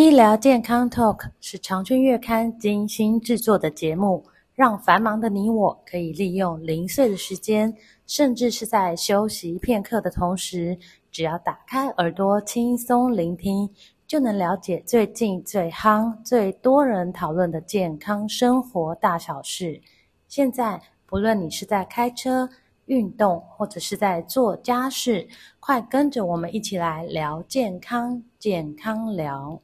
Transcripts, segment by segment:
医疗健康 Talk 是长春月刊精心制作的节目，让繁忙的你我可以利用零碎的时间，甚至是在休息片刻的同时，只要打开耳朵轻松聆听，就能了解最近最夯、最多人讨论的健康生活大小事。现在不论你是在开车、运动或者是在做家事，快跟着我们一起来聊健康，健康聊。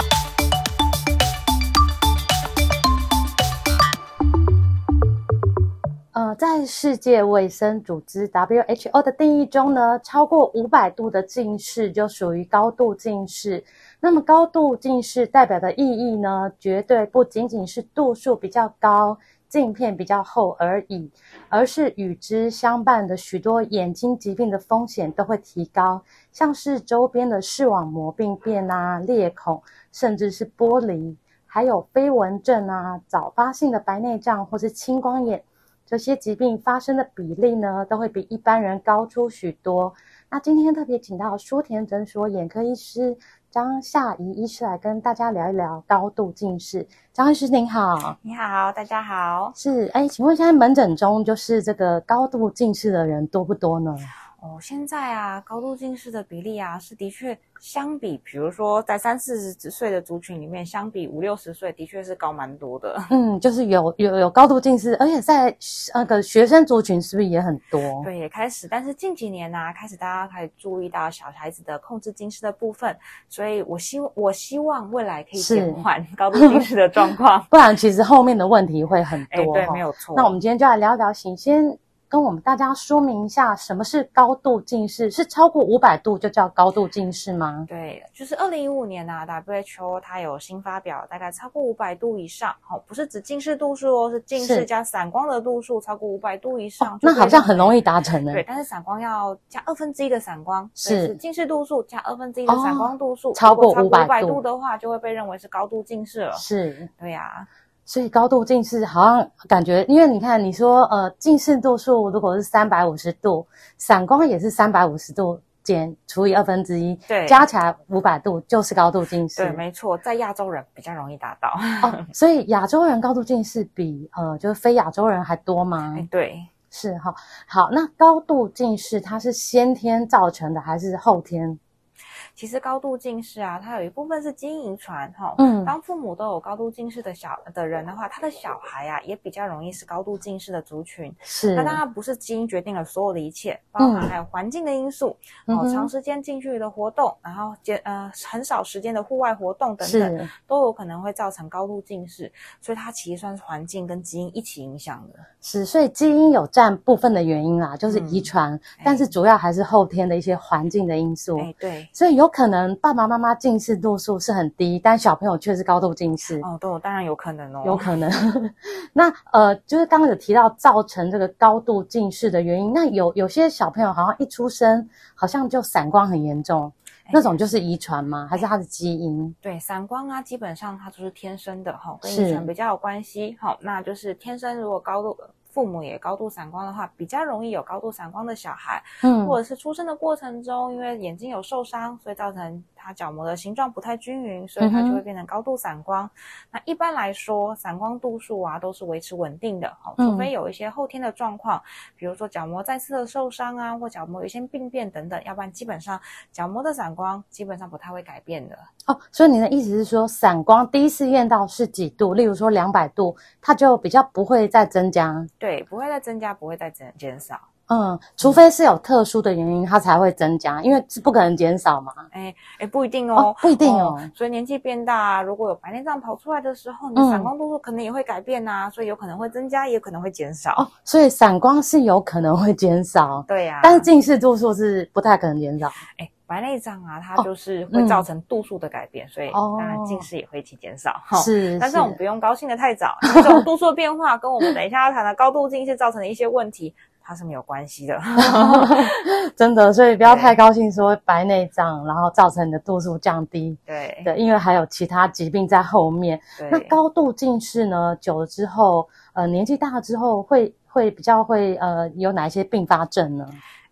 在世界卫生组织 WHO 的定义中呢，超过500度的近视就属于高度近视。那么高度近视代表的意义呢，绝对不仅仅是度数比较高、镜片比较厚而已，而是与之相伴的许多眼睛疾病的风险都会提高，像是周边的视网膜病变啊、裂孔，甚至是剥离，还有飞蚊症啊、早发性的白内障或是青光眼。这些疾病发生的比例呢，都会比一般人高出许多。那今天特别请到舒田诊所眼科医师张夏怡医师来跟大家聊一聊高度近视。张医师您好。 你好，大家好。 是，请问现在门诊中就是这个高度近视的人多不多呢？ 现在啊，高度近视的比例啊，是的确相比，比如说在30-40岁的族群里面，相比50-60岁，的确是高蛮多的。 就是有高度近视，而且在那个学生族群是不是也很多？ 对，也开始，但是近几年啊，开始大家开始注意到小孩子的控制近视的部分，所以我希望未来可以减缓高度近视的状况， 不然其实后面的问题会很多。 对，没有错。 那我们今天就来聊聊，先跟我们大家说明一下什么是高度近视，是超过500度就叫高度近视吗？ 对，就是2015年啊 WHO 它有新发表，大概超过500度以上，不是指近视度数哦，是近视加散光的度数超过500度以上。 那好像很容易达成的。 对，但是散光要加1/2的散光，是近视度数加1/2的散光度数， 超过 500度的话，就会被认为是高度近视了。 是， 对呀。 所以高度近视好像感觉，因为你看你说近视度数如果是350度，散光也是350度除以1/2， 对， 加起来500度就是高度近视。 对，没错，在亚洲人比较容易达到。 所以亚洲人高度近视比就是非亚洲人还多吗？ 对， 是哈。好，那高度近视它是先天造成的还是后天？ 其实高度近视啊，它有一部分是基因遗传当父母都有高度近视的人的话，他的小孩啊也比较容易是高度近视的族群。 是， 那当然不是基因决定了所有的一切，包含还有环境的因素，长时间近距离的活动，然后很少时间的户外活动等等，都有可能会造成高度近视。所以它其实算是环境跟基因一起影响的。 是，所以基因有占部分的原因啦，就是遗传，但是主要还是后天的一些环境的因素。 对， 所以有可能爸爸妈妈近视度数是很低，但小朋友却是高度近视。 对，当然有可能哦。 有可能。那就是刚刚有提到造成这个高度近视的原因，那有些小朋友好像一出生好像就散光很严重，那种就是遗传吗？还是他的基因？ 对，散光啊，基本上它就是天生的跟遗传比较有关系。那就是天生如果父母也高度散光的话，比较容易有高度散光的小孩，或者是出生的过程中，因为眼睛有受伤，所以造成他角膜的形状不太均匀，所以它就会变成高度散光。那一般来说，散光度数啊都是维持稳定的，除非有一些后天的状况，比如说角膜再次的受伤啊，或角膜有一些病变等等，要不然基本上角膜的散光基本上不太会改变的。 所以你的意思是说，散光第一次验到是几度，例如说200度，它就比较不会再增加？ 对，不会再增加，不会再减少。 除非是有特殊的原因，它才会增加，因为是不可能减少嘛。 不一定哦， 不一定哦。 所以年纪变大，如果有白内障跑出来的时候，你的散光度数可能也会改变啊，所以有可能会增加，也有可能会减少。 所以散光是有可能会减少， 对呀， 但是近视度数是不太可能减少。 白内障啊，它就是会造成度数的改变，所以当然近视也会一起减少。 是， 但是我们不用高兴的太早，这种度数的变化跟我们等一下要谈的高度近视造成的一些问题，它是没有关系的。 真的，所以不要太高兴说白内障然后造成你的度数降低。 对， 因为还有其他疾病在后面。那高度近视呢，久了之后年纪大了之后会比较有哪一些并发症呢？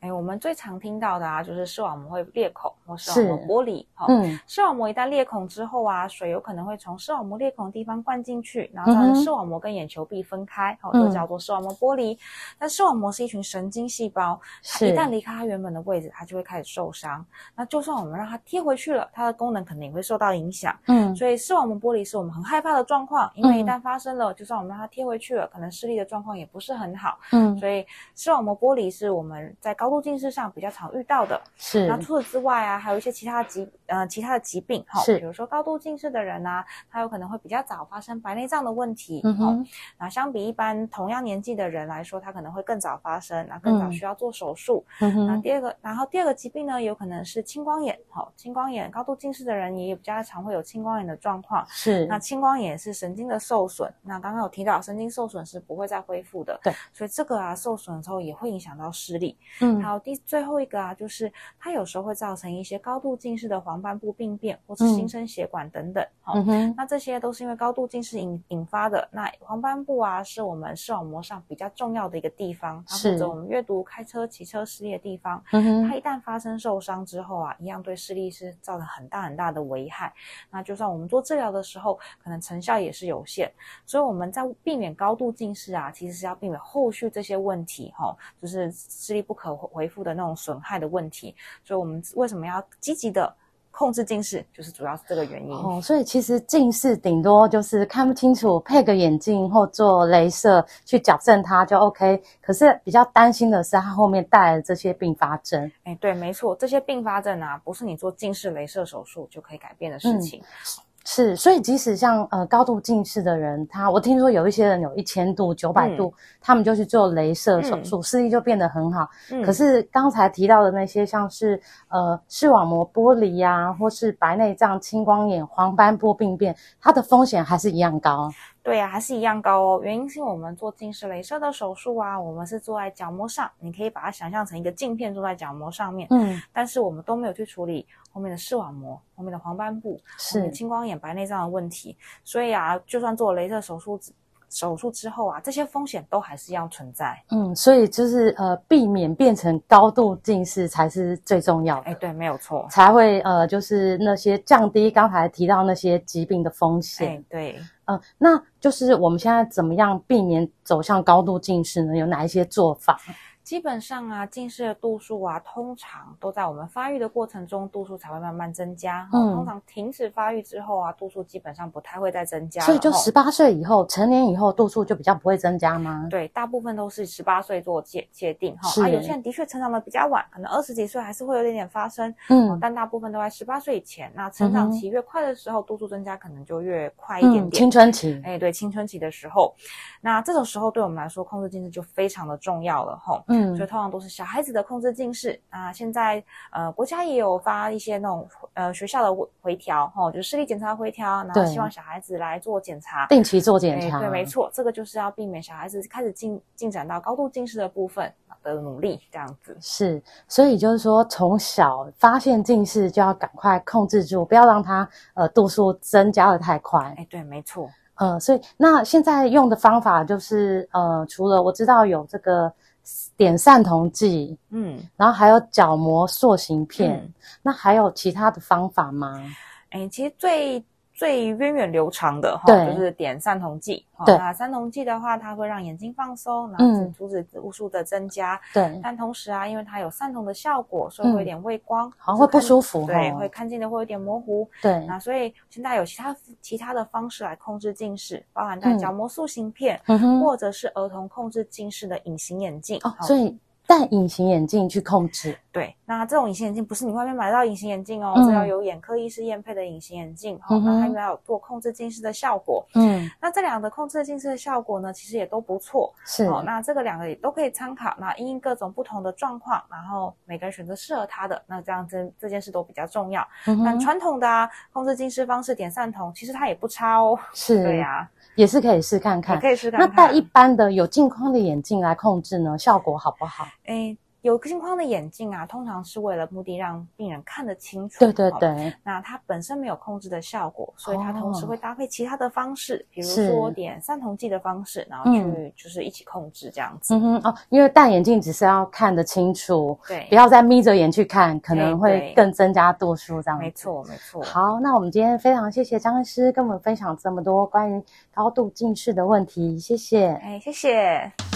我们最常听到的就是视网膜会裂孔或视网膜剥离。视网膜一旦裂孔之后水有可能会从视网膜裂孔的地方灌进去，然后造成视网膜跟眼球壁分开，这个叫做视网膜剥离。但视网膜是一群神经细胞，它一旦离开它原本的位置，它就会开始受伤。那就算我们让它贴回去了，它的功能肯定会受到影响。所以视网膜剥离是我们很害怕的状况，因为一旦发生了，就算我们让它贴回去了，可能视力的状况也不是很好。所以视网膜剥离是我们在高度近视上比较常遇到的。 是。 那除此之外还有一些其他的疾病，比如说高度近视的人他有可能会比较早发生白内障的问题。那相比一般同样年纪的人来说，他可能会更早发生，那更早需要做手术。那第二个疾病呢，有可能是青光眼。青光眼高度近视的人也比较常会有青光眼的状况。 是。 那青光眼是神经的受损，那刚刚有提到神经受损是不会再恢复的。 对。 所以这个受损之后也会影响到视力。还有最后一个就是它有时候会造成一些高度近视的黄斑部病变或是新生血管等等。那这些都是因为高度近视引发的。那黄斑部是我们视网膜上比较重要的一个地方，它负责我们阅读、开车、骑车视力的地方。它一旦发生受伤之后一样对视力是造成很大很大的危害。那就算我们做治疗的时候，可能成效也是有限。所以我们在避免高度近视其实是要避免后续这些问题，就是视力不可恢复的那种损害的问题。所以我们为什么要积极的控制近视，就是主要是这个原因。 所以其实近视顶多就是看不清楚，配个眼镜或做雷射去矫正它就 OK。可是比较担心的是它后面带来的这些并发症。 对，没错，这些并发症不是你做近视雷射手术就可以改变的事情。 是，所以即使像高度近视的人，我听说有一些人有1000度、900度，他们就去做雷射手术，视力就变得很好。可是刚才提到的那些，像是视网膜剥离或是白内障、青光眼、黄斑部病变，它的风险还是一样高。 对还是一样高哦。原因是我们做近视雷射的手术我们是做在角膜上，你可以把它想象成一个镜片做在角膜上面。但是我们都没有去处理后面的视网膜、后面的黄斑部、后面青光眼、白内障的问题。所以就算做雷射手术之后这些风险都还是要存在。 所以就是避免变成高度近视才是最重要的。 对，没有错， 才会就是那些降低刚才提到那些疾病的风险。 对。 那就是我们现在怎么样避免走向高度近视呢？有哪一些做法？ 基本上近视的度数通常都在我们发育的过程中，度数才会慢慢增加。通常停止发育之后度数基本上不太会再增加了。 所以就18岁以后，成年以后度数就比较不会增加吗？ 对，大部分都是18岁做界定。有些人的确成长的比较晚，可能20几岁还是会有点发生。但大部分都在18岁以前。那成长期越快的时候，度数增加可能就越快一点点。 青春期。 对，青春期的时候。那这种时候对我们来说，控制近视就非常的重要了。所以通常都是小孩子的控制近视。现在国家也有发一些那种学校的回调，就是视力检查回调，然后希望小孩子来做检查， 定期做检查。 对，没错，这个就是要避免小孩子开始进展到高度近视的部分的努力，这样子。 是，所以就是说从小发现近视就要赶快控制住，不要让它度数增加的太快。 对，没错。 所以那现在用的方法就是除了我知道有这个点散瞳剂，然后还有角膜塑形片，那还有其他的方法吗？ 其实最源远流长的就是点散瞳剂。那散瞳剂的话，它会让眼睛放松，然后阻止度数的增加。 对。 但同时因为它有散瞳的效果，所以会有点畏光， 好像会不舒服。 对，会看近的会有点模糊。 对。 那所以现在有其他的方式来控制近视，包含戴角膜塑形片，或者是儿童控制近视的隐形眼镜。 所以戴隐形眼镜去控制。 对，那这种隐形眼镜不是你外面买得到隐形眼镜这要有眼科医师验配的隐形眼镜。那它要有做控制近视的效果。那这两个控制近视的效果呢，其实也都不错。 是。 那这个两个也都可以参考。那因各种不同的状况，然后每个人选择适合他的，那这样这件事都比较重要。但传统的控制近视方式点散瞳，其实它也不差哦。 是。 对呀。 也是可以试看看。 也可以试看看。 那戴一般的有镜框的眼镜来控制呢，效果好不好？ 有镜框的眼镜啊，通常是为了目的让病人看得清楚。 对对对。 那它本身没有控制的效果，所以它同时会搭配其他的方式，比如说点散瞳剂的方式，然后去就是一起控制这样子。 因为戴眼镜只是要看得清楚， 对， 不要再眯着眼去看，可能会更增加度数这样子。 没错没错。 好，那我们今天非常谢谢张医师跟我们分享这么多关于高度近视的问题，谢谢。 谢谢。